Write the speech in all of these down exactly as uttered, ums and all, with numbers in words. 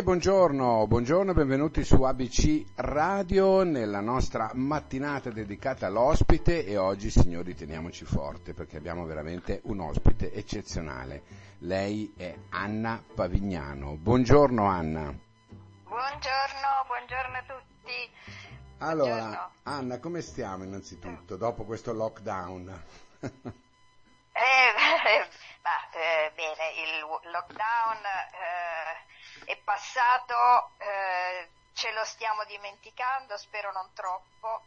buongiorno, buongiorno e benvenuti su A B C Radio nella nostra mattinata dedicata all'ospite e oggi, signori, teniamoci forte perché abbiamo veramente un ospite eccezionale. Lei è Anna Pavignano. Buongiorno Anna. Buongiorno, buongiorno a tutti. Allora, Buongiorno. Anna, come stiamo innanzitutto dopo questo lockdown? Eh, ma, eh, bene, il lockdown eh, è passato, eh, ce lo stiamo dimenticando, spero non troppo,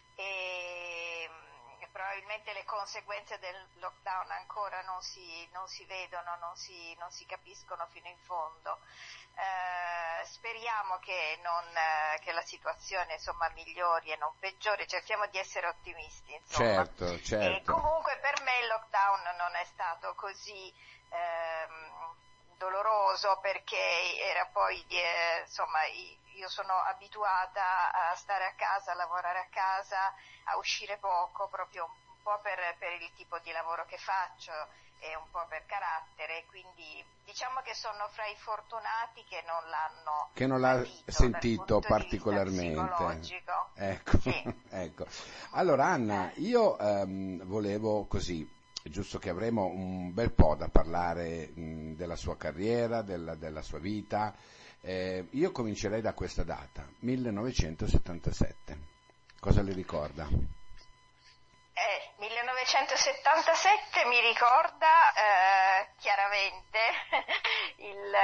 e, e probabilmente le conseguenze del lockdown ancora non si, non si vedono, non si, non si capiscono fino in fondo. Eh, speriamo che, non, eh, che la situazione insomma migliori e non peggiori, cerchiamo di essere ottimisti insomma. Certo, certo. E comunque per me il lockdown non è stato così ehm, doloroso perché era poi eh, insomma io sono abituata a stare a casa, a lavorare a casa, a uscire poco, proprio un po' per, per il tipo di lavoro che faccio e un po' per carattere, quindi diciamo che sono fra i fortunati che non l'hanno che non l'ha patito, sentito particolarmente. Ecco, sì. Ecco. Allora Anna, io ehm, volevo così, è giusto che avremo un bel po' da parlare mh, della sua carriera, della, della sua vita. Eh, io comincerei da questa data, millenovecentosettantasette. Cosa le ricorda? Eh, millenovecentosettantasette mi ricorda eh, chiaramente il,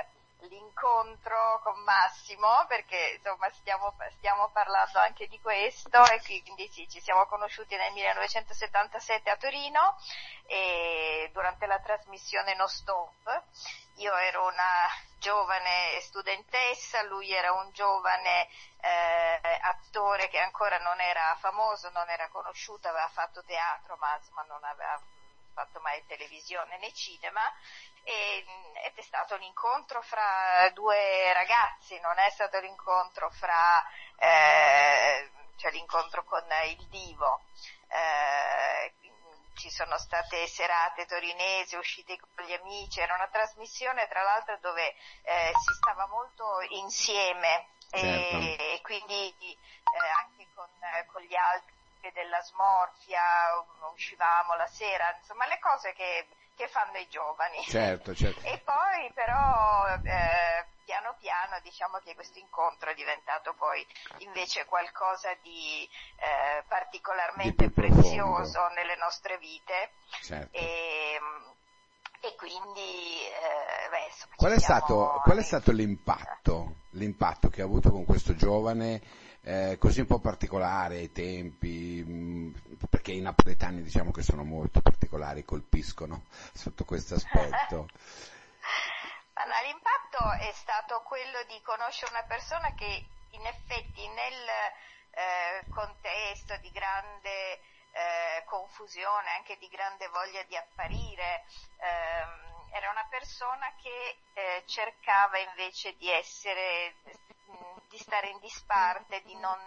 l'incontro con Massimo, perché insomma stiamo, stiamo parlando anche di questo, e quindi sì, ci siamo conosciuti nel millenovecentosettantasette a Torino e durante la trasmissione No Stop. Io ero una giovane studentessa, lui era un giovane eh, attore che ancora non era famoso, non era conosciuto, aveva fatto teatro ma insomma non aveva fatto mai televisione né cinema, e, ed è stato un incontro fra due ragazzi, non è stato l'incontro fra eh, cioè l'incontro con il divo. Eh, ci sono state serate torinesi, uscite con gli amici, era una trasmissione tra l'altro dove eh, si stava molto insieme. Certo. E, e quindi eh, anche con, eh, con gli altri della smorfia uscivamo la sera, insomma le cose che, che fanno i giovani. Certo, certo. E poi però eh, piano piano diciamo che questo incontro è diventato poi invece qualcosa di eh, particolarmente di prezioso nelle nostre vite. Certo. E, e quindi eh, beh, insomma, qual è siamo... stato qual è stato l'impatto l'impatto che ha avuto con questo giovane eh, così un po' particolare ai tempi, mh, perché i napoletani diciamo che sono molto particolari, colpiscono sotto questo aspetto. Allora, l'impatto è stato quello di conoscere una persona che in effetti nel eh, contesto di grande eh, confusione, anche di grande voglia di apparire, ehm, era una persona che eh, cercava invece di essere, di stare in disparte, di non,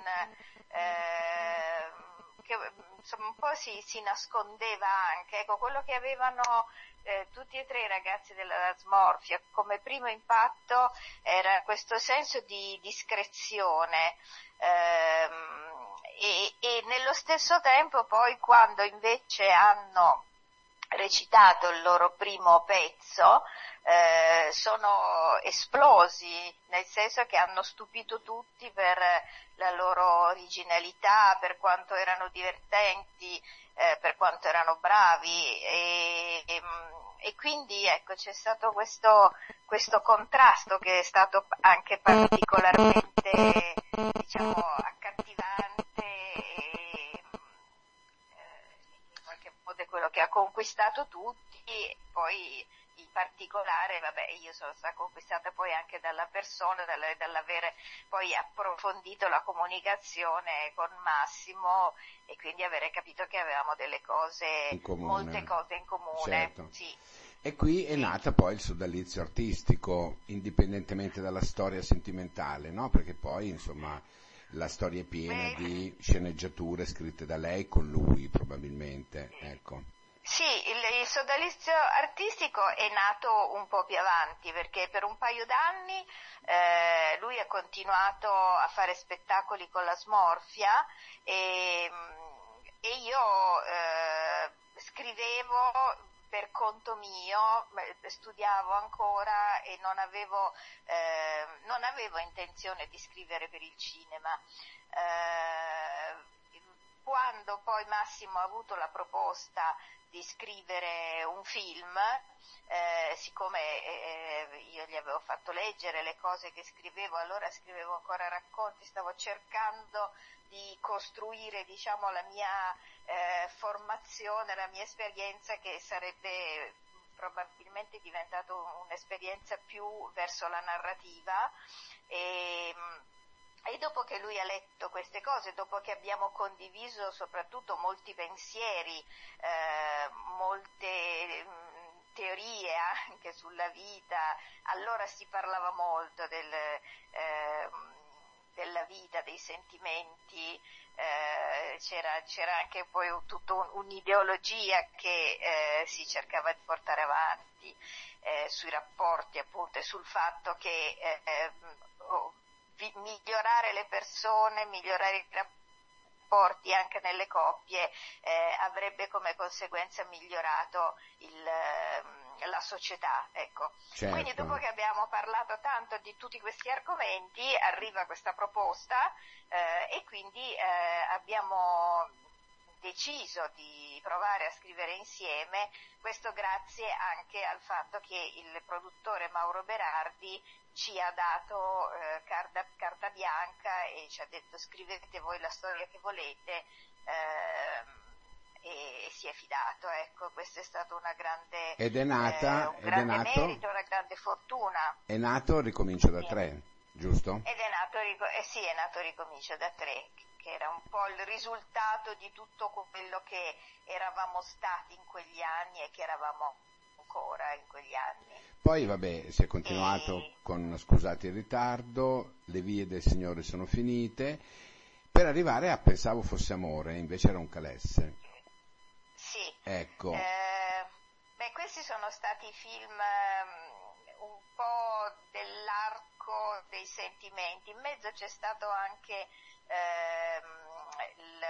eh, che insomma un po' si, si nascondeva anche, ecco, quello che avevano eh, tutti e tre i ragazzi della smorfia come primo impatto era questo senso di discrezione, ehm, e, e nello stesso tempo poi quando invece hanno recitato il loro primo pezzo eh, sono esplosi, nel senso che hanno stupito tutti per la loro originalità, per quanto erano divertenti, eh, per quanto erano bravi e, e, e quindi ecco c'è stato questo, questo contrasto che è stato anche particolarmente diciamo accattivante e in qualche modo è quello che ha conquistato tutti. E poi in particolare, vabbè, io sono stata conquistata poi anche dalla persona, dalla, dall'avere poi approfondito la comunicazione con Massimo e quindi avere capito che avevamo delle cose, molte cose in comune. Certo. Sì. E qui è nata poi il sodalizio artistico, indipendentemente dalla storia sentimentale, no? Perché poi, insomma, la storia è piena Beh, di sceneggiature scritte da lei con lui, probabilmente, ecco. Sì, il, il sodalizio artistico è nato un po' più avanti, perché per un paio d'anni eh, lui ha continuato a fare spettacoli con la Smorfia e, e io eh, scrivevo per conto mio, studiavo ancora e non avevo, eh, non avevo intenzione di scrivere per il cinema. Eh, quando poi Massimo ha avuto la proposta di scrivere un film, eh, siccome eh, io gli avevo fatto leggere le cose che scrivevo, allora scrivevo ancora racconti, stavo cercando di costruire, diciamo, la mia eh, formazione, la mia esperienza, che sarebbe probabilmente diventata un'esperienza più verso la narrativa. E, E dopo che lui ha letto queste cose, dopo che abbiamo condiviso soprattutto molti pensieri, eh, molte mh, teorie anche sulla vita, allora si parlava molto del, eh, della vita, dei sentimenti, eh, c'era, c'era anche poi un, tutta un, un'ideologia che eh, si cercava di portare avanti eh, sui rapporti, appunto, e sul fatto che eh, oh, migliorare le persone, migliorare i rapporti anche nelle coppie eh, avrebbe come conseguenza migliorato il, eh, la società, ecco. Certo. Quindi dopo che abbiamo parlato tanto di tutti questi argomenti arriva questa proposta eh, e quindi eh, abbiamo deciso di provare a scrivere insieme, questo grazie anche al fatto che il produttore Mauro Berardi ci ha dato eh, carta, carta bianca e ci ha detto scrivete voi la storia che volete eh, e, e si è fidato, ecco, questa è stata una grande ed è nata, eh, un ed grande è nato, merito, una grande fortuna. È nato Ricomincio da Sì. tre, giusto? Ed è nato, eh sì, è nato Ricomincio da tre, che era un po' il risultato di tutto quello che eravamo stati in quegli anni e che eravamo ancora in quegli anni. Poi vabbè, si è continuato e... con Scusate il ritardo, Le vie del Signore sono finite, per arrivare a Pensavo fosse amore, invece era un calesse. Sì. Ecco. Eh, beh, questi sono stati film um, un po' dell'arco dei sentimenti. In mezzo c'è stato anche ehm, il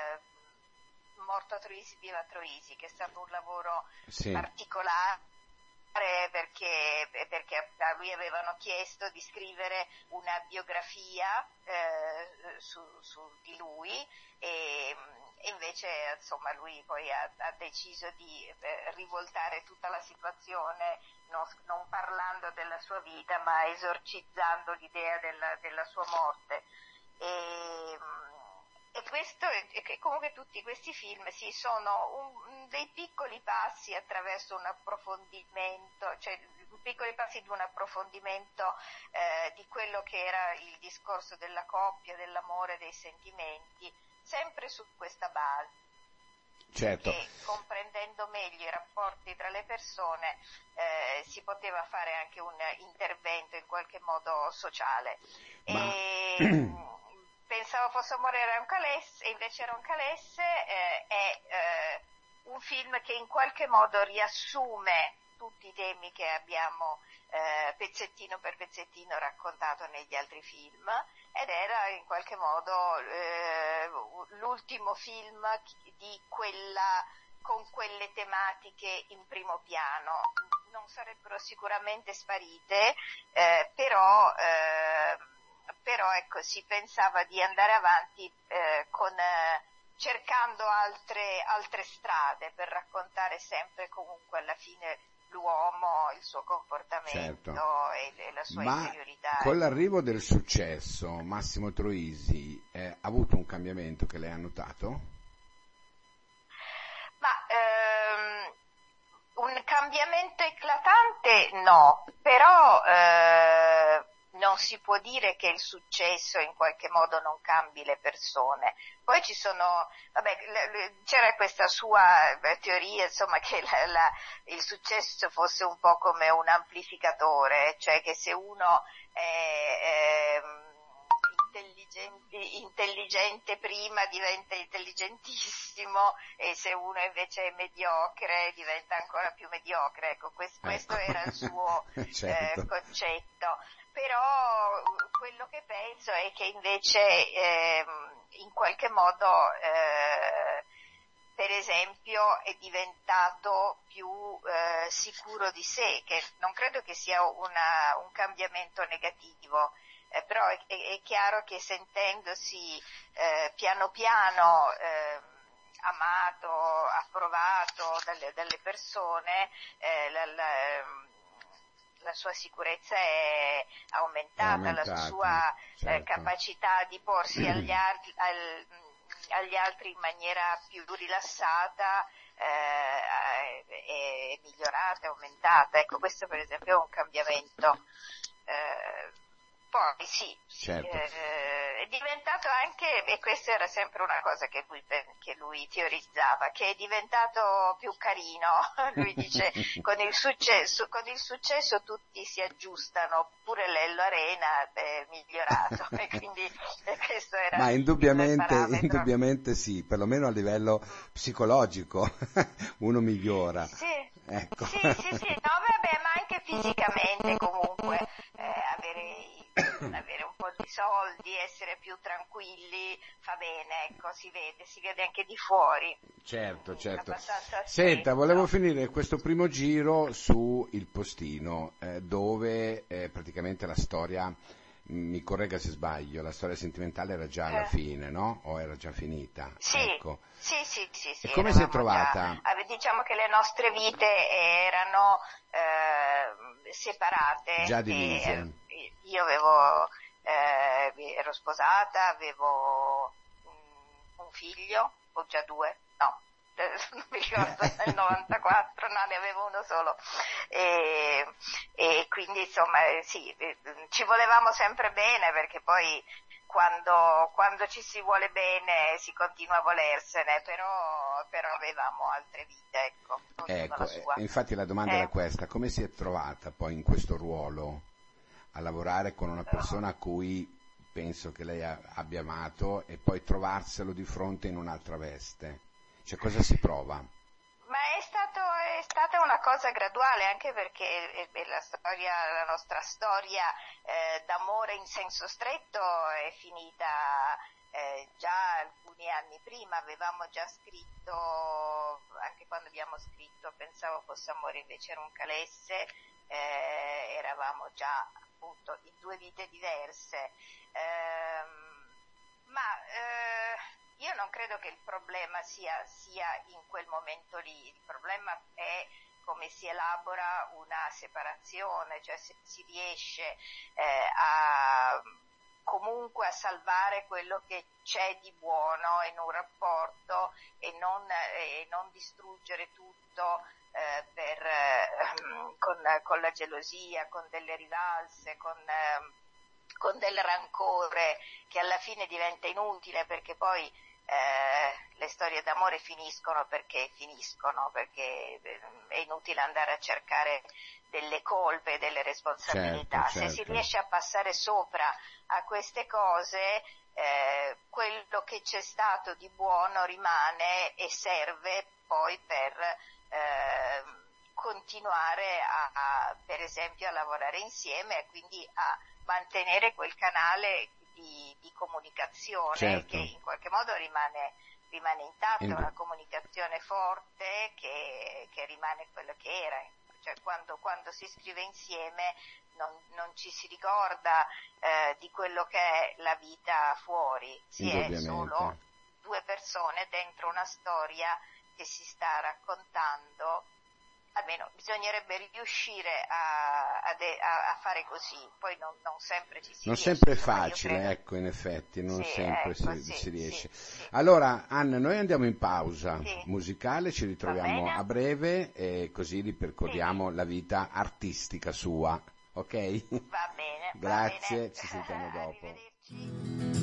Morto Troisi, viva Troisi, che è stato un lavoro sì. particolare. Perché, perché a lui avevano chiesto di scrivere una biografia eh, su, su di lui e, e invece insomma lui poi ha, ha deciso di eh, rivoltare tutta la situazione non, non parlando della sua vita ma esorcizzando l'idea della, della sua morte. E, E questo, e comunque tutti questi film sì, sono un, dei piccoli passi attraverso un approfondimento, cioè piccoli passi di un approfondimento eh, di quello che era il discorso della coppia, dell'amore, dei sentimenti, sempre su questa base. Certo. E comprendendo meglio i rapporti tra le persone eh, si poteva fare anche un intervento in qualche modo sociale. Ma... E, Pensavo fosse amore era un calesse, e invece era un calesse, eh, è eh, un film che in qualche modo riassume tutti i temi che abbiamo eh, pezzettino per pezzettino raccontato negli altri film ed era in qualche modo eh, l'ultimo film di quella, con quelle tematiche in primo piano. Non sarebbero sicuramente sparite, eh, però... Eh, però ecco si pensava di andare avanti eh, con, eh, cercando altre, altre strade per raccontare sempre comunque alla fine l'uomo, il suo comportamento certo. e, e la sua Ma interiorità. Con l'arrivo del successo Massimo Troisi eh, ha avuto un cambiamento che lei ha notato? Ma ehm, un cambiamento eclatante no, però eh, non si può dire che il successo in qualche modo non cambi le persone. Poi ci sono, vabbè, c'era questa sua teoria, insomma, che la, la, il successo fosse un po' come un amplificatore, cioè che se uno è, è intelligente, intelligente prima diventa intelligentissimo, e se uno invece è mediocre diventa ancora più mediocre. Ecco, questo, ecco. questo era il suo certo. eh, concetto. Però quello che penso è che invece eh, in qualche modo eh, per esempio è diventato più eh, sicuro di sé, che non credo che sia una, un cambiamento negativo, eh, però è, è chiaro che sentendosi eh, piano piano eh, amato, approvato dalle, dalle persone, eh, la, la, la sua sicurezza è aumentata, è aumentata la sua certo. eh, capacità di porsi agli altri, al, agli altri in maniera più rilassata eh, è migliorata, è aumentata. Ecco, questo per esempio è un cambiamento. Eh, poi sì, certo. eh, è diventato anche, e questa era sempre una cosa che lui, che lui teorizzava, che è diventato più carino. Lui dice con il successo, con il successo tutti si aggiustano, pure Lello Arena è migliorato, e quindi questo era ma indubbiamente, indubbiamente sì, perlomeno a livello psicologico uno migliora. Sì, ecco. sì, sì, sì, no vabbè, ma anche fisicamente comunque eh, avere avere un po' di soldi, essere più tranquilli fa bene, ecco, si vede, si vede anche di fuori. Certo, certo. Senta, volevo finire questo primo giro su Il Postino, eh, dove eh, praticamente la storia, mi corregga se sbaglio, la storia sentimentale era già alla eh. fine, no? O era già finita? Sì, ecco. sì, sì, sì, sì. E come si è trovata? Già, diciamo che le nostre vite erano eh, separate. Già divise. E, io avevo, eh, ero sposata, avevo um, un figlio, o già due, no, non mi ricordo, nel novantaquattro, no, ne avevo uno solo, e, e quindi insomma sì, ci volevamo sempre bene, perché poi quando, quando ci si vuole bene si continua a volersene, però, però avevamo altre vite, ecco. Ecco, la sua. Infatti la domanda eh. era questa: come si è trovata poi in questo ruolo a lavorare con una persona a cui penso che lei abbia amato, e poi trovarselo di fronte in un'altra veste? Cioè, cosa si prova? Ma è stato, è stata una cosa graduale, anche perché è, è la storia, la nostra storia eh, d'amore in senso stretto è finita eh, già alcuni anni prima. Avevamo già scritto, anche quando abbiamo scritto Pensavo fosse amore invece era un calesse, eh, eravamo già appunto in due vite diverse, eh, ma eh, io non credo che il problema sia, sia in quel momento lì. Il problema è come si elabora una separazione, cioè se si riesce eh, a comunque a salvare quello che c'è di buono in un rapporto e non, e non distruggere tutto eh, per, eh, con, con la gelosia, con delle rivalse, con, eh, con del rancore che alla fine diventa inutile, perché poi eh, le storie d'amore finiscono perché finiscono, perché è inutile andare a cercare delle colpe, delle responsabilità. Certo, certo. Se si riesce a passare sopra a queste cose, eh, quello che c'è stato di buono rimane e serve poi per eh, continuare a, a, per esempio, a lavorare insieme e quindi a mantenere quel canale di, di comunicazione, certo, che in qualche modo rimane, rimane intatto, in... una comunicazione forte che, che rimane quello che era. Cioè quando, quando si scrive insieme non, non ci si ricorda eh, di quello che è la vita fuori, si è solo due persone dentro una storia che si sta raccontando. Almeno bisognerebbe riuscire a, a, de, a, a fare così, poi non, non sempre ci si non riesce. Non sempre è facile, credo... ecco, in effetti, non sì, sempre ecco, si, sì, si riesce. Sì, sì. Allora, Anna, noi andiamo in pausa sì. musicale, ci ritroviamo a breve e così ripercorriamo sì. la vita artistica sua, ok? Va bene. Grazie, va bene. ci sentiamo dopo. Arrivederci.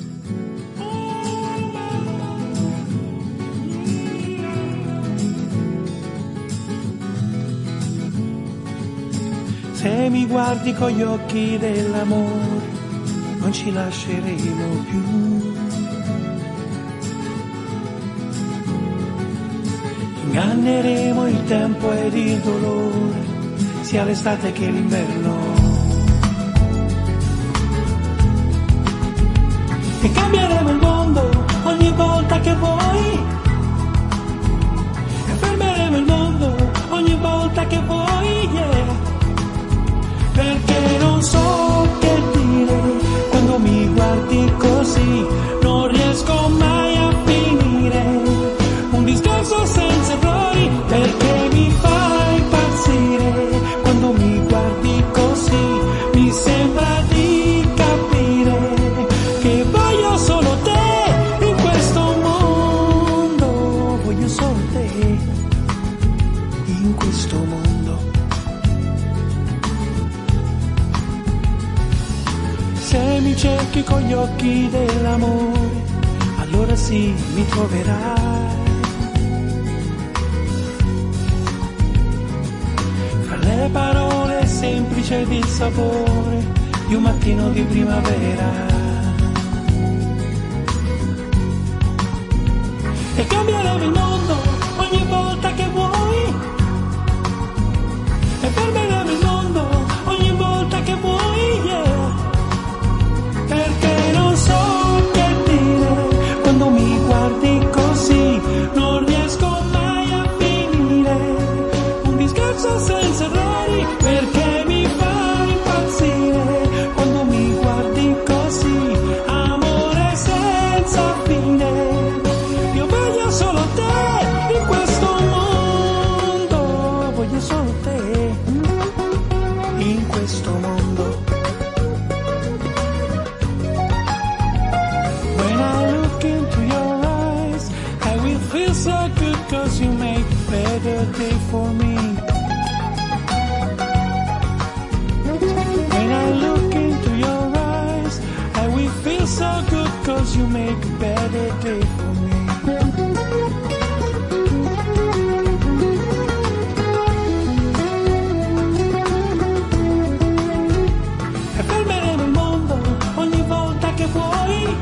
Se mi guardi con gli occhi dell'amore, non ci lasceremo più. Inganneremo il tempo ed il dolore, sia l'estate che l'inverno. E cambieremo il mondo ogni volta che vuoi. E fermeremo il mondo ogni volta che vuoi, yeah. Perché non so che dire quando mi guardi così, non riesco mai a finire un discorso senza errori, perché mi fai impazzire quando mi guardi così, mi sembra di capire che voglio solo te in questo mondo, voglio solo te in questo mondo. Se mi cerchi con gli occhi dell'amore, allora sì mi troverai. Fra le parole semplici ed il sapore di un mattino di primavera. E cambieremo il mondo ogni volta che vuoi. E fermeremo il mondo ogni volta che vuoi, yeah. Perché non so che dire quando mi guardi così, non riesco mai a finire un discorso senza errori, perché mi fa impazzire quando mi guardi così, amore senza fine. Io voglio solo te in questo mondo, voglio solo te in questo mondo. Feel so good cause you make a better day for me. When I look into your eyes, I will feel so good cause you make a better day for me. E fermeremo il mondo ogni volta che vuoi,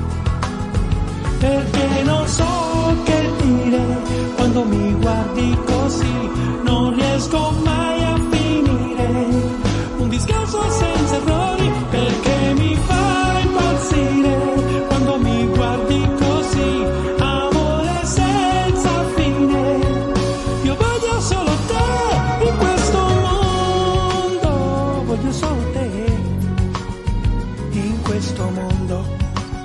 perché non so che dire quando mi guardi così, non riesco mai a finire un discorso senza errori, perché mi fa impazzire quando mi guardi così, amore senza fine. Io voglio solo te in questo mondo, voglio solo te in questo mondo.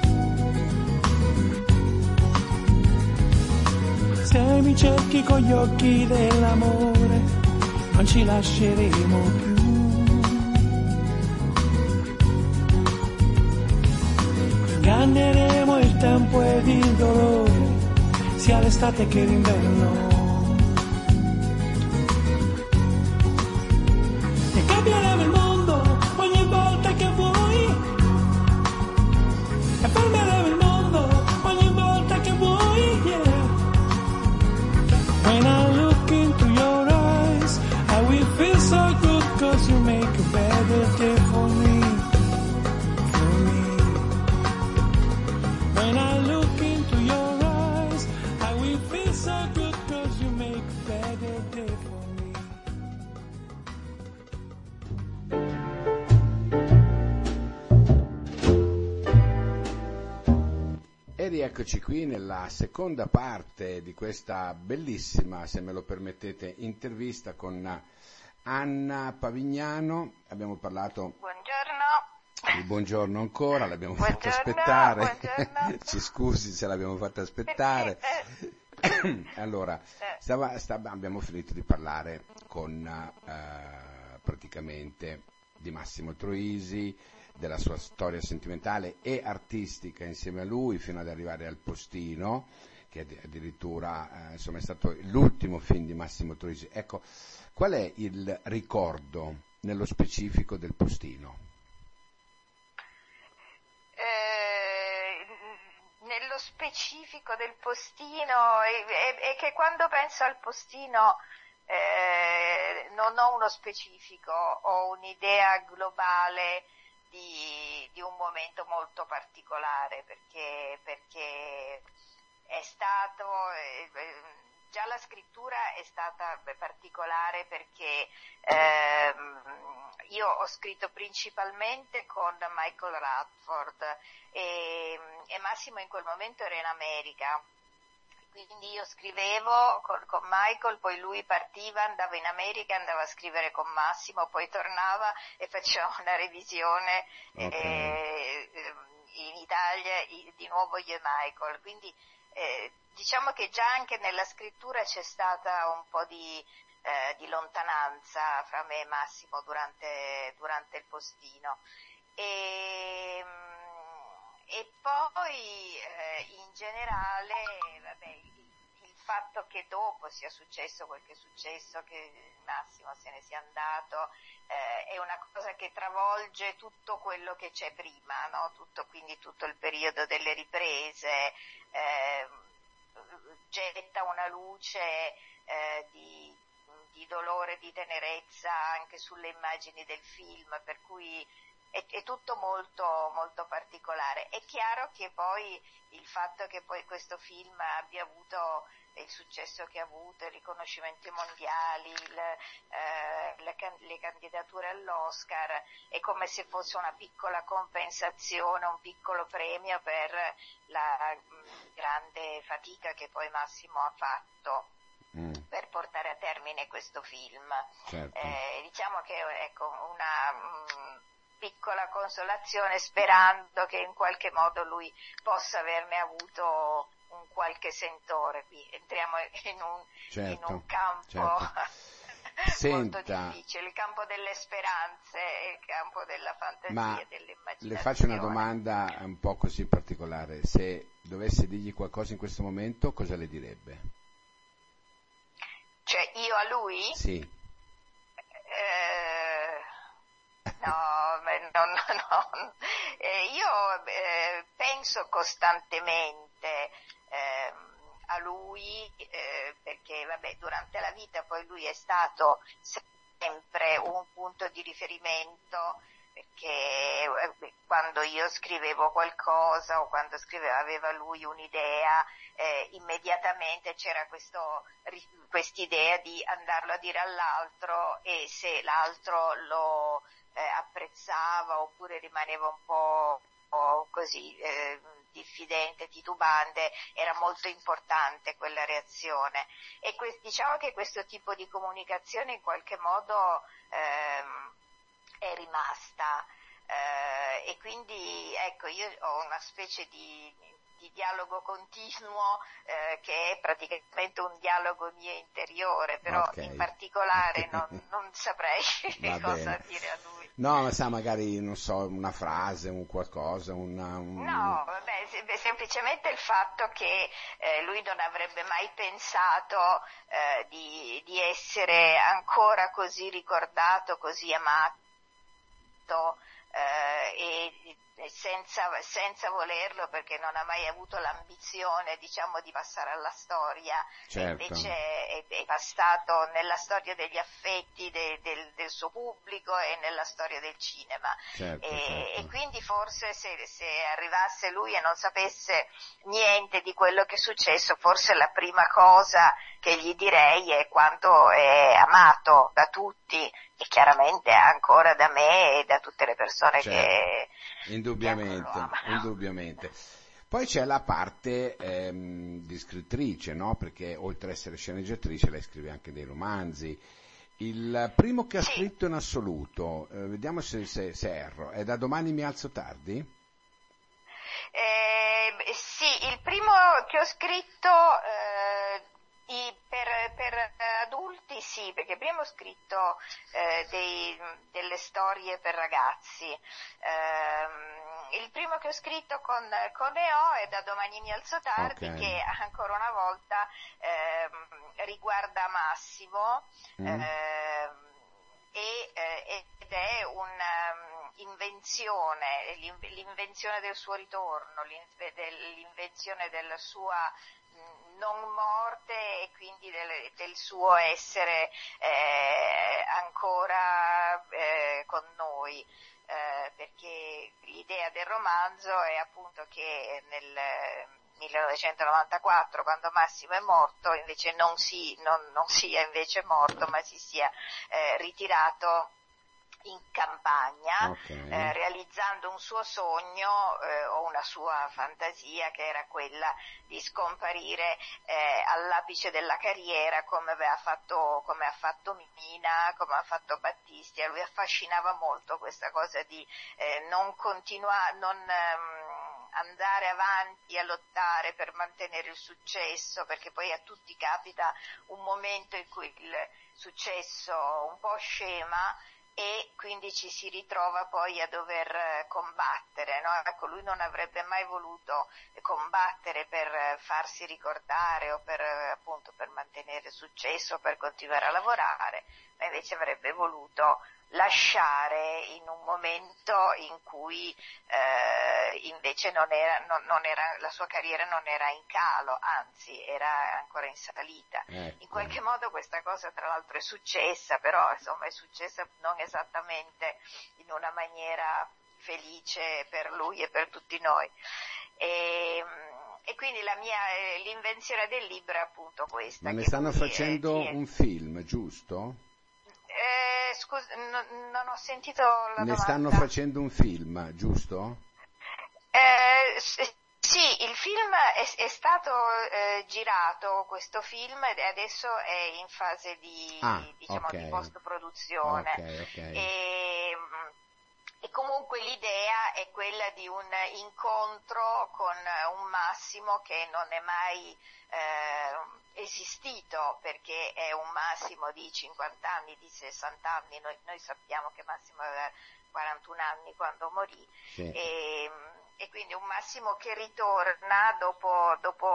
Se mi cerchi con gli occhi dell'amore, non ci lasceremo più. Inganneremo il tempo ed il dolore, sia l'estate che l'inverno. E cambieremo il mondo ogni volta che vuoi. E fermeremo il mondo ogni volta che vuoi, yeah. When I look into your eyes, I will feel so good cause you make a better day for me, for me. When I look into your eyes, I will feel so good cause you make a better day for me. E rieccoci qui nella seconda parte di questa bellissima, se me lo permettete, intervista con Anna Pavignano. Abbiamo parlato... Buongiorno. Buongiorno ancora, l'abbiamo Buongiorno, fatto aspettare. buongiorno. Ci scusi se l'abbiamo fatto aspettare. Perché, eh, Allora, stava, stava, abbiamo finito di parlare con eh, praticamente di Massimo Troisi, della sua storia sentimentale e artistica insieme a lui, fino ad arrivare al Postino, che addirittura eh, insomma è stato l'ultimo film di Massimo Troisi. Ecco, qual è il ricordo nello specifico del Postino? eh, nello specifico del Postino è, è, è che quando penso al Postino eh, non ho uno specifico, ho un'idea globale Di, di un momento molto particolare, perché, perché è stato, eh, già la scrittura è stata beh, particolare perché ehm, io ho scritto principalmente con Michael Radford e, e Massimo in quel momento era in America. Quindi io scrivevo con, con Michael, poi lui partiva, andava in America, andava a scrivere con Massimo, poi tornava e faceva una revisione Okay. eh, in Italia di nuovo io e Michael. Quindi eh, diciamo che già anche nella scrittura c'è stata un po' di, eh, di lontananza fra me e Massimo durante, durante il postino. E, E poi eh, in generale vabbè, il, il fatto che dopo sia successo quel che è successo, che Massimo se ne sia andato, eh, è una cosa che travolge tutto quello che c'è prima, no? Tutto, quindi tutto il periodo delle riprese, eh, getta una luce eh, di, di dolore, di tenerezza anche sulle immagini del film, per cui È, è tutto molto, molto particolare. È chiaro che poi il fatto che poi questo film abbia avuto il successo che ha avuto, i riconoscimenti mondiali, il, eh, le, le candidature all'Oscar, è come se fosse una piccola compensazione, un piccolo premio per la mh, grande fatica che poi Massimo ha fatto mm. per portare a termine questo film. Certo. Eh, diciamo che ecco una mh, piccola consolazione, sperando che in qualche modo lui possa averne avuto un qualche sentore. Qui entriamo in un, certo, in un campo certo. molto Senta, difficile, il campo delle speranze, il campo della fantasia, ma dell'immaginazione. le faccio una domanda un po' così particolare: se dovesse dirgli qualcosa in questo momento, cosa le direbbe? Cioè io a lui? Sì. Eh, no, beh, no, no, no. Eh, io eh, penso costantemente eh, a lui eh, perché vabbè, durante la vita poi lui è stato sempre un punto di riferimento, perché eh, quando io scrivevo qualcosa o quando scriveva aveva lui un'idea, eh, immediatamente c'era questo quest'idea di andarlo a dire all'altro, e se l'altro lo eh, apprezzava oppure rimaneva un po', un po' così eh, diffidente, titubante, era molto importante quella reazione. E que- diciamo che questo tipo di comunicazione in qualche modo ehm, è rimasta eh, e quindi ecco, io ho una specie di, di dialogo continuo eh, che è praticamente un dialogo mio interiore, però okay. in particolare non, non saprei cosa bene. dire a lui. No, ma sa, magari, non so, una frase, un qualcosa, una... Un... No, vabbè, se- semplicemente il fatto che eh, lui non avrebbe mai pensato eh, di, di essere ancora così ricordato, così amato, eh, e, e senza, senza volerlo, perché non ha mai avuto l'ambizione, diciamo, di passare alla storia, certo. E invece è, è passato nella storia degli affetti de, del, del suo pubblico e nella storia del cinema. Certo, e, certo. e quindi forse se, se arrivasse lui e non sapesse niente di quello che è successo, forse la prima cosa che gli direi è quanto è amato da tutti, e chiaramente ancora da me e da tutte le persone certo. che indubbiamente, che indubbiamente. Poi c'è la parte ehm, di scrittrice, no? Perché oltre ad essere sceneggiatrice lei scrive anche dei romanzi. Il primo che ha sì. scritto in assoluto, eh, vediamo se, se, se erro, è Da domani mi alzo tardi? Eh, sì, il primo che ho scritto eh, i, per, per adulti sì, perché prima ho scritto eh, dei, delle storie per ragazzi. Eh, il primo che ho scritto con, con E O è Da domani mi alzo tardi, okay. Che ancora una volta eh, riguarda Massimo mm. eh, e, eh, ed è un'invenzione, um, l'invenzione del suo ritorno, l'invenzione della sua non morte e quindi del, del suo essere eh, ancora eh, con noi, eh, perché l'idea del romanzo è appunto che nel, millenovecentonovantaquattro, quando Massimo è morto, invece non, si, non, non sia invece morto, ma si sia eh, ritirato in campagna, okay. eh, realizzando un suo sogno eh, o una sua fantasia, che era quella di scomparire eh, all'apice della carriera, come aveva fatto, come ha fatto Mina, come ha fatto Battisti. A lui affascinava molto questa cosa di eh, non continuare, non ehm, andare avanti a lottare per mantenere il successo, perché poi a tutti capita un momento in cui il successo un po' scema e quindi ci si ritrova poi a dover combattere, no? Ecco, lui non avrebbe mai voluto combattere per farsi ricordare o per, appunto, per mantenere successo, per continuare a lavorare, ma invece avrebbe voluto lasciare in un momento in cui eh, invece non era, non, non era, la sua carriera non era in calo, anzi era ancora in salita. Ecco. In qualche modo questa cosa tra l'altro è successa, però insomma è successa non esattamente in una maniera felice per lui e per tutti noi. E, e quindi la mia, l'invenzione del libro è appunto questa. Ma ne che stanno lui, facendo eh, un film, giusto? Eh, scusa, no, non ho sentito la Ne domanda. stanno facendo un film, giusto? Eh, s- sì, il film è, è stato eh, girato, questo film, e adesso è in fase di, Ah, diciamo, ok. di post-produzione. Ok, ok. E, e comunque l'idea è quella di un incontro con un Massimo che non è mai eh, esistito, perché è un Massimo di cinquanta anni, di sessanta anni. Noi, noi sappiamo che Massimo aveva quarantuno anni quando morì. Sì. E, e quindi un Massimo che ritorna dopo,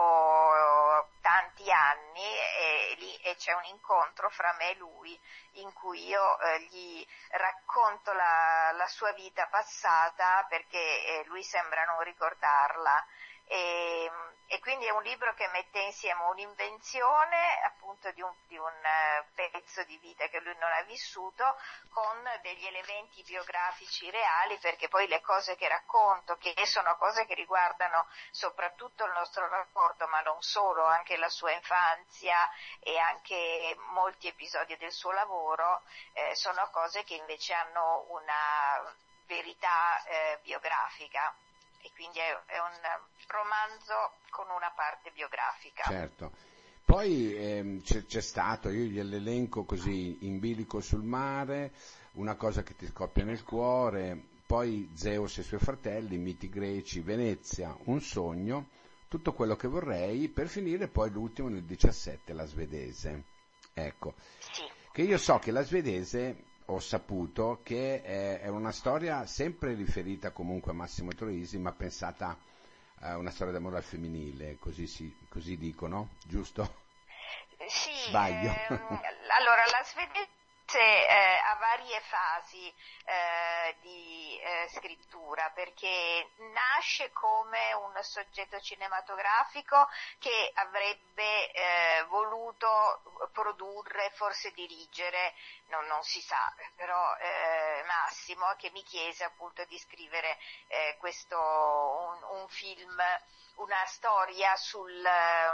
dopo tanti anni e, lì, e c'è un incontro fra me e lui in cui io eh, gli racconto la, la sua vita passata, perché eh, lui sembra non ricordarla. E, e quindi è un libro che mette insieme un'invenzione appunto di un, di un uh, pezzo di vita che lui non ha vissuto con degli elementi biografici reali, perché poi le cose che racconto, che sono cose che riguardano soprattutto il nostro rapporto, ma non solo, anche la sua infanzia e anche molti episodi del suo lavoro, eh, sono cose che invece hanno una verità eh, biografica. E quindi è, è un romanzo con una parte biografica. Certo. Poi ehm, c'è, c'è stato, io gliel'elenco così, In bilico sul mare, Una cosa che ti scoppia nel cuore, poi Zeus e i suoi fratelli, Miti greci, Venezia, Un sogno, Tutto quello che vorrei, per finire poi l'ultimo nel diciassette, La svedese. Ecco, Sì. che io so che La svedese, ho saputo che è, è una storia sempre riferita comunque a Massimo Troisi, ma pensata a una storia d'amore al femminile, così, si, così dicono, giusto? Sì, Sbaglio. Ehm, allora la svedese eh, ha varie fasi eh, di eh, scrittura, perché nasce come un soggetto cinematografico che avrebbe eh, voluto produrre, forse dirigere, non, non si sa, però eh, Massimo, che mi chiese appunto di scrivere eh, questo un, un film, una storia sul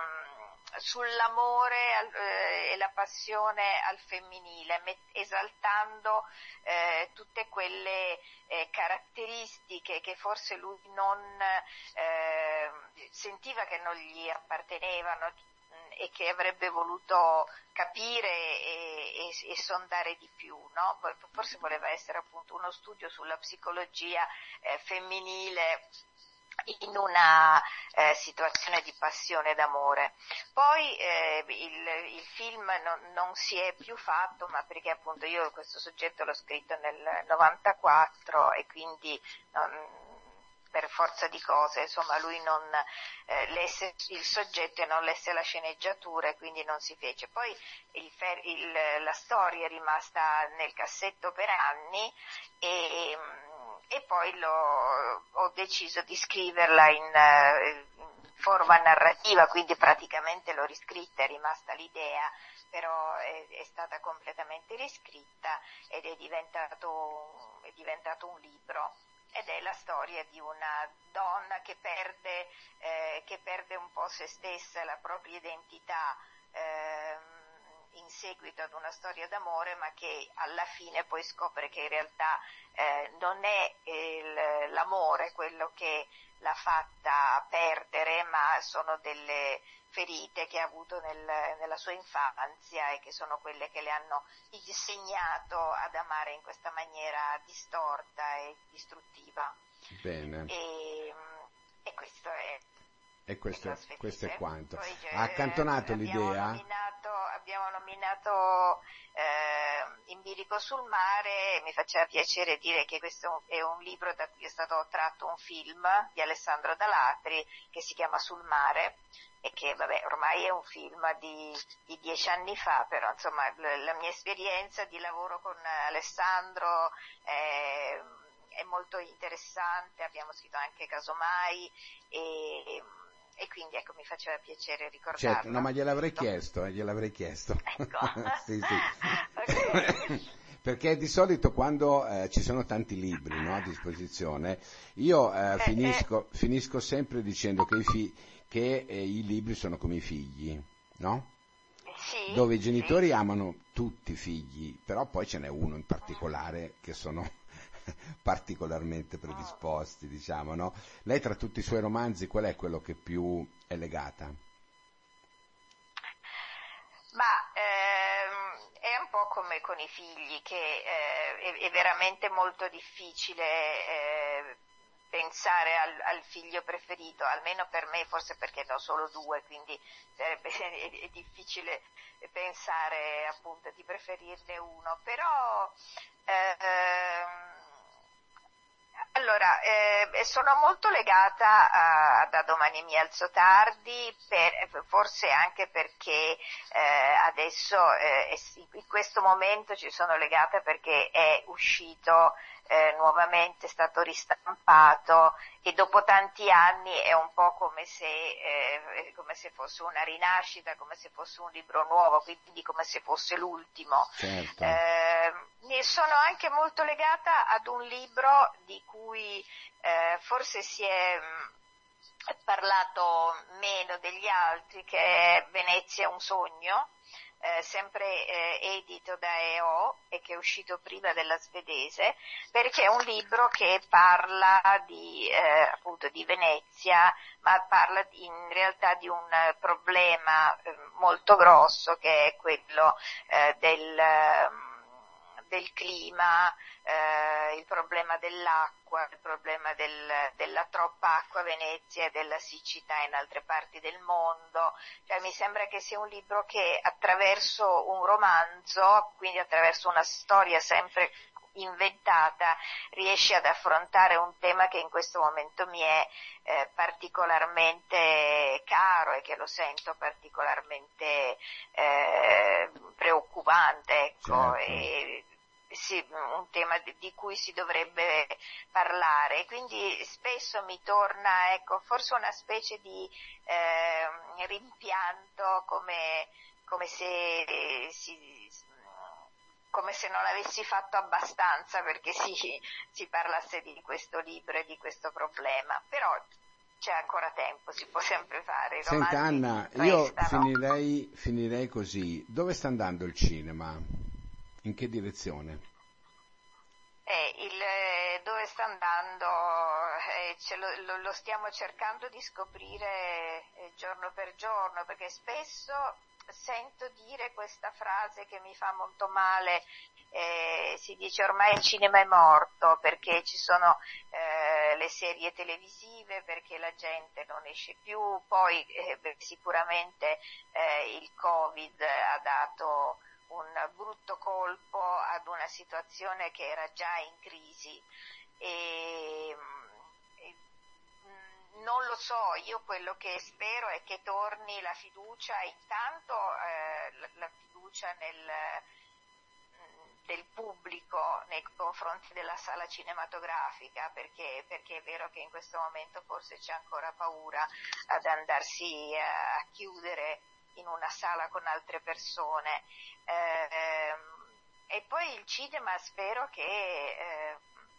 sull'amore al, eh, e la passione al femminile, met- esaltando eh, tutte quelle eh, caratteristiche che forse lui non eh, sentiva che non gli appartenevano mh, e che avrebbe voluto capire e, e, e sondare di più, no? Forse voleva essere appunto uno studio sulla psicologia eh, femminile in una eh, situazione di passione d'amore. Poi eh, il, il film non, non si è più fatto, ma perché appunto io questo soggetto l'ho scritto nel novantaquattro e quindi non, per forza di cose, insomma, lui non eh, lesse il soggetto e non lesse la sceneggiatura e quindi non si fece. Poi il, il, la storia è rimasta nel cassetto per anni e E poi l'ho, ho deciso di scriverla in, in forma narrativa, quindi praticamente l'ho riscritta, è rimasta l'idea, però è, è stata completamente riscritta ed è diventato, è diventato un libro. ed è la storia di una donna che perde, eh, che perde un po' se stessa, la propria identità, eh, in seguito ad una storia d'amore, ma che alla fine poi scopre che in realtà eh, non è il, l'amore quello che l'ha fatta perdere, ma sono delle ferite che ha avuto nel, nella sua infanzia e che sono quelle che le hanno insegnato ad amare in questa maniera distorta e distruttiva. Bene. E, e questo è E questo, questo è quanto. Poi, Ha accantonato eh, l'idea? Abbiamo nominato, abbiamo nominato eh, In bilico sul mare, e mi faceva piacere dire che questo è un libro da cui è stato tratto un film di Alessandro Dalatri che si chiama Sul mare, e che vabbè ormai è un film di, di dieci anni fa, però insomma l- la mia esperienza di lavoro con Alessandro è, è molto interessante, abbiamo scritto anche Casomai e... e quindi ecco mi faceva piacere ricordarlo. Certo, no, ma gliel'avrei chiesto, eh, gliel'avrei chiesto. Ecco. Sì, sì. Okay. Perché di solito quando eh, ci sono tanti libri, no, a disposizione, io eh, Eh, finisco, finisco sempre dicendo che, i, fi- che eh, i libri sono come i figli, no? Sì, Dove i genitori sì. amano tutti i figli, però poi ce n'è uno in particolare che sono particolarmente predisposti, diciamo, no? Lei tra tutti i suoi romanzi qual è quello che più è legata? Ma ehm, è un po' come con i figli, che eh, è, è veramente molto difficile eh, pensare al, al figlio preferito, almeno per me, forse perché ne ho solo due, quindi sarebbe, è, è difficile pensare appunto di preferirne uno, però ehm, allora, eh, sono molto legata a, da domani mi alzo tardi, per, forse anche perché eh, adesso eh, in questo momento ci sono legata perché è uscito eh, nuovamente, è stato ristampato e dopo tanti anni è un po' come se, eh, come se fosse una rinascita, come se fosse un libro nuovo, quindi come se fosse l'ultimo. Certo. Eh, ne sono anche molto legata ad un libro di cui eh, forse si è mh, parlato meno degli altri, che è Venezia un sogno, eh, sempre eh, edito da E O e che è uscito prima della svedese, perché è un libro che parla di eh, appunto di Venezia, ma parla in realtà di un problema eh, molto grosso, che è quello eh, del del clima, eh, il problema dell'acqua, il problema del, della troppa acqua a Venezia e della siccità in altre parti del mondo. Cioè, mi sembra che sia un libro che attraverso un romanzo, quindi attraverso una storia sempre inventata, riesce ad affrontare un tema che in questo momento mi è eh, particolarmente caro e che lo sento particolarmente eh, preoccupante, ecco, Certo. e sì, un tema di, di cui si dovrebbe parlare, quindi spesso mi torna, ecco, forse una specie di eh, rimpianto, come, come se si come se non avessi fatto abbastanza perché si, si parlasse di questo libro e di questo problema, però c'è ancora tempo, si può sempre fare. I Senta romanzi Anna, io restano. finirei, finirei così. Dove sta andando il cinema? In che direzione? Eh, il, eh, dove sta andando eh, ce lo, lo, lo stiamo cercando di scoprire eh, giorno per giorno, perché spesso sento dire questa frase che mi fa molto male, eh, si dice ormai il cinema è morto perché ci sono eh, le serie televisive, perché la gente non esce più, poi eh, beh, sicuramente eh, il Covid ha dato un brutto colpo ad una situazione che era già in crisi e, e non lo so, io quello che spero è che torni la fiducia, intanto eh, la, la fiducia nel, del pubblico nei confronti della sala cinematografica, perché, perché è vero che in questo momento forse c'è ancora paura ad andarsi a, a chiudere in una sala con altre persone. Eh, e poi il cinema spero che eh,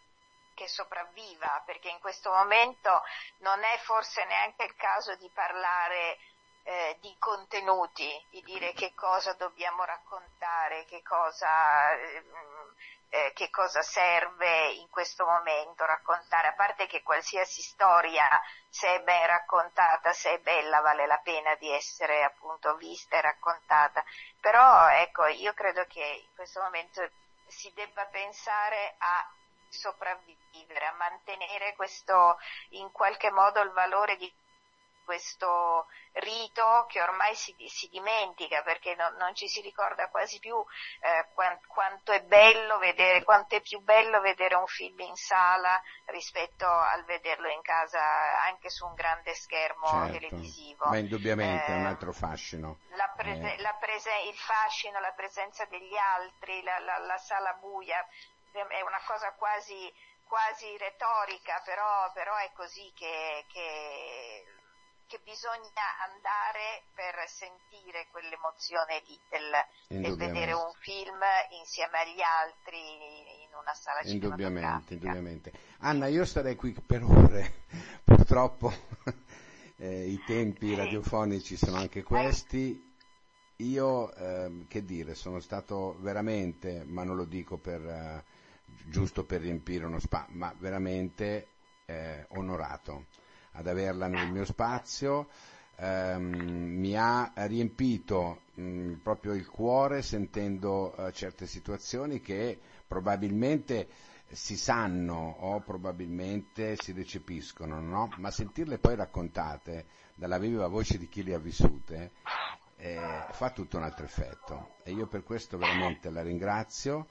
che sopravviva, perché in questo momento non è forse neanche il caso di parlare eh, di contenuti, di dire che cosa dobbiamo raccontare, che cosa, eh, che cosa serve in questo momento raccontare, a parte che qualsiasi storia, se è ben raccontata, se è bella, vale la pena di essere appunto vista e raccontata, però ecco, io credo che in questo momento si debba pensare a sopravvivere, a mantenere questo, in qualche modo, il valore di questo rito che ormai si, si dimentica, perché non, non ci si ricorda quasi più eh, quant, quanto è bello vedere, quanto è più bello vedere un film in sala rispetto al vederlo in casa anche su un grande schermo certo, televisivo. Ma indubbiamente eh, è un altro fascino. La prese, eh. la prese, il fascino, la presenza degli altri, la, la, la sala buia, è una cosa quasi, quasi retorica, però, però è così che, che che bisogna andare per sentire quell'emozione lì del, del vedere un film insieme agli altri in una sala indubbiamente, cinematografica. Indubbiamente. Anna, io starei qui per ore, purtroppo eh, i tempi sì. radiofonici sono anche questi. Io, eh, che dire, sono stato veramente, ma non lo dico per eh, giusto per riempire uno spazio, ma veramente eh, onorato ad averla nel mio spazio, ehm, mi ha riempito mh, proprio il cuore sentendo uh, certe situazioni che probabilmente si sanno o probabilmente si recepiscono, no? Ma sentirle poi raccontate dalla viva voce di chi le ha vissute eh, fa tutto un altro effetto, e io per questo veramente la ringrazio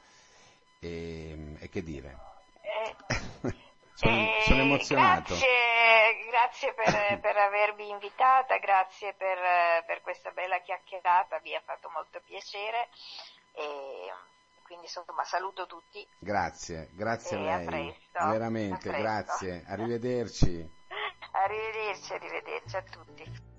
e, e che dire, sono, eh, sono emozionato. Grazie, grazie per, per avermi invitata, grazie per, per questa bella chiacchierata, vi ha fatto molto piacere e quindi insomma saluto tutti. Grazie, grazie a lei, a presto, veramente, a presto. grazie, arrivederci. Arrivederci, arrivederci a tutti.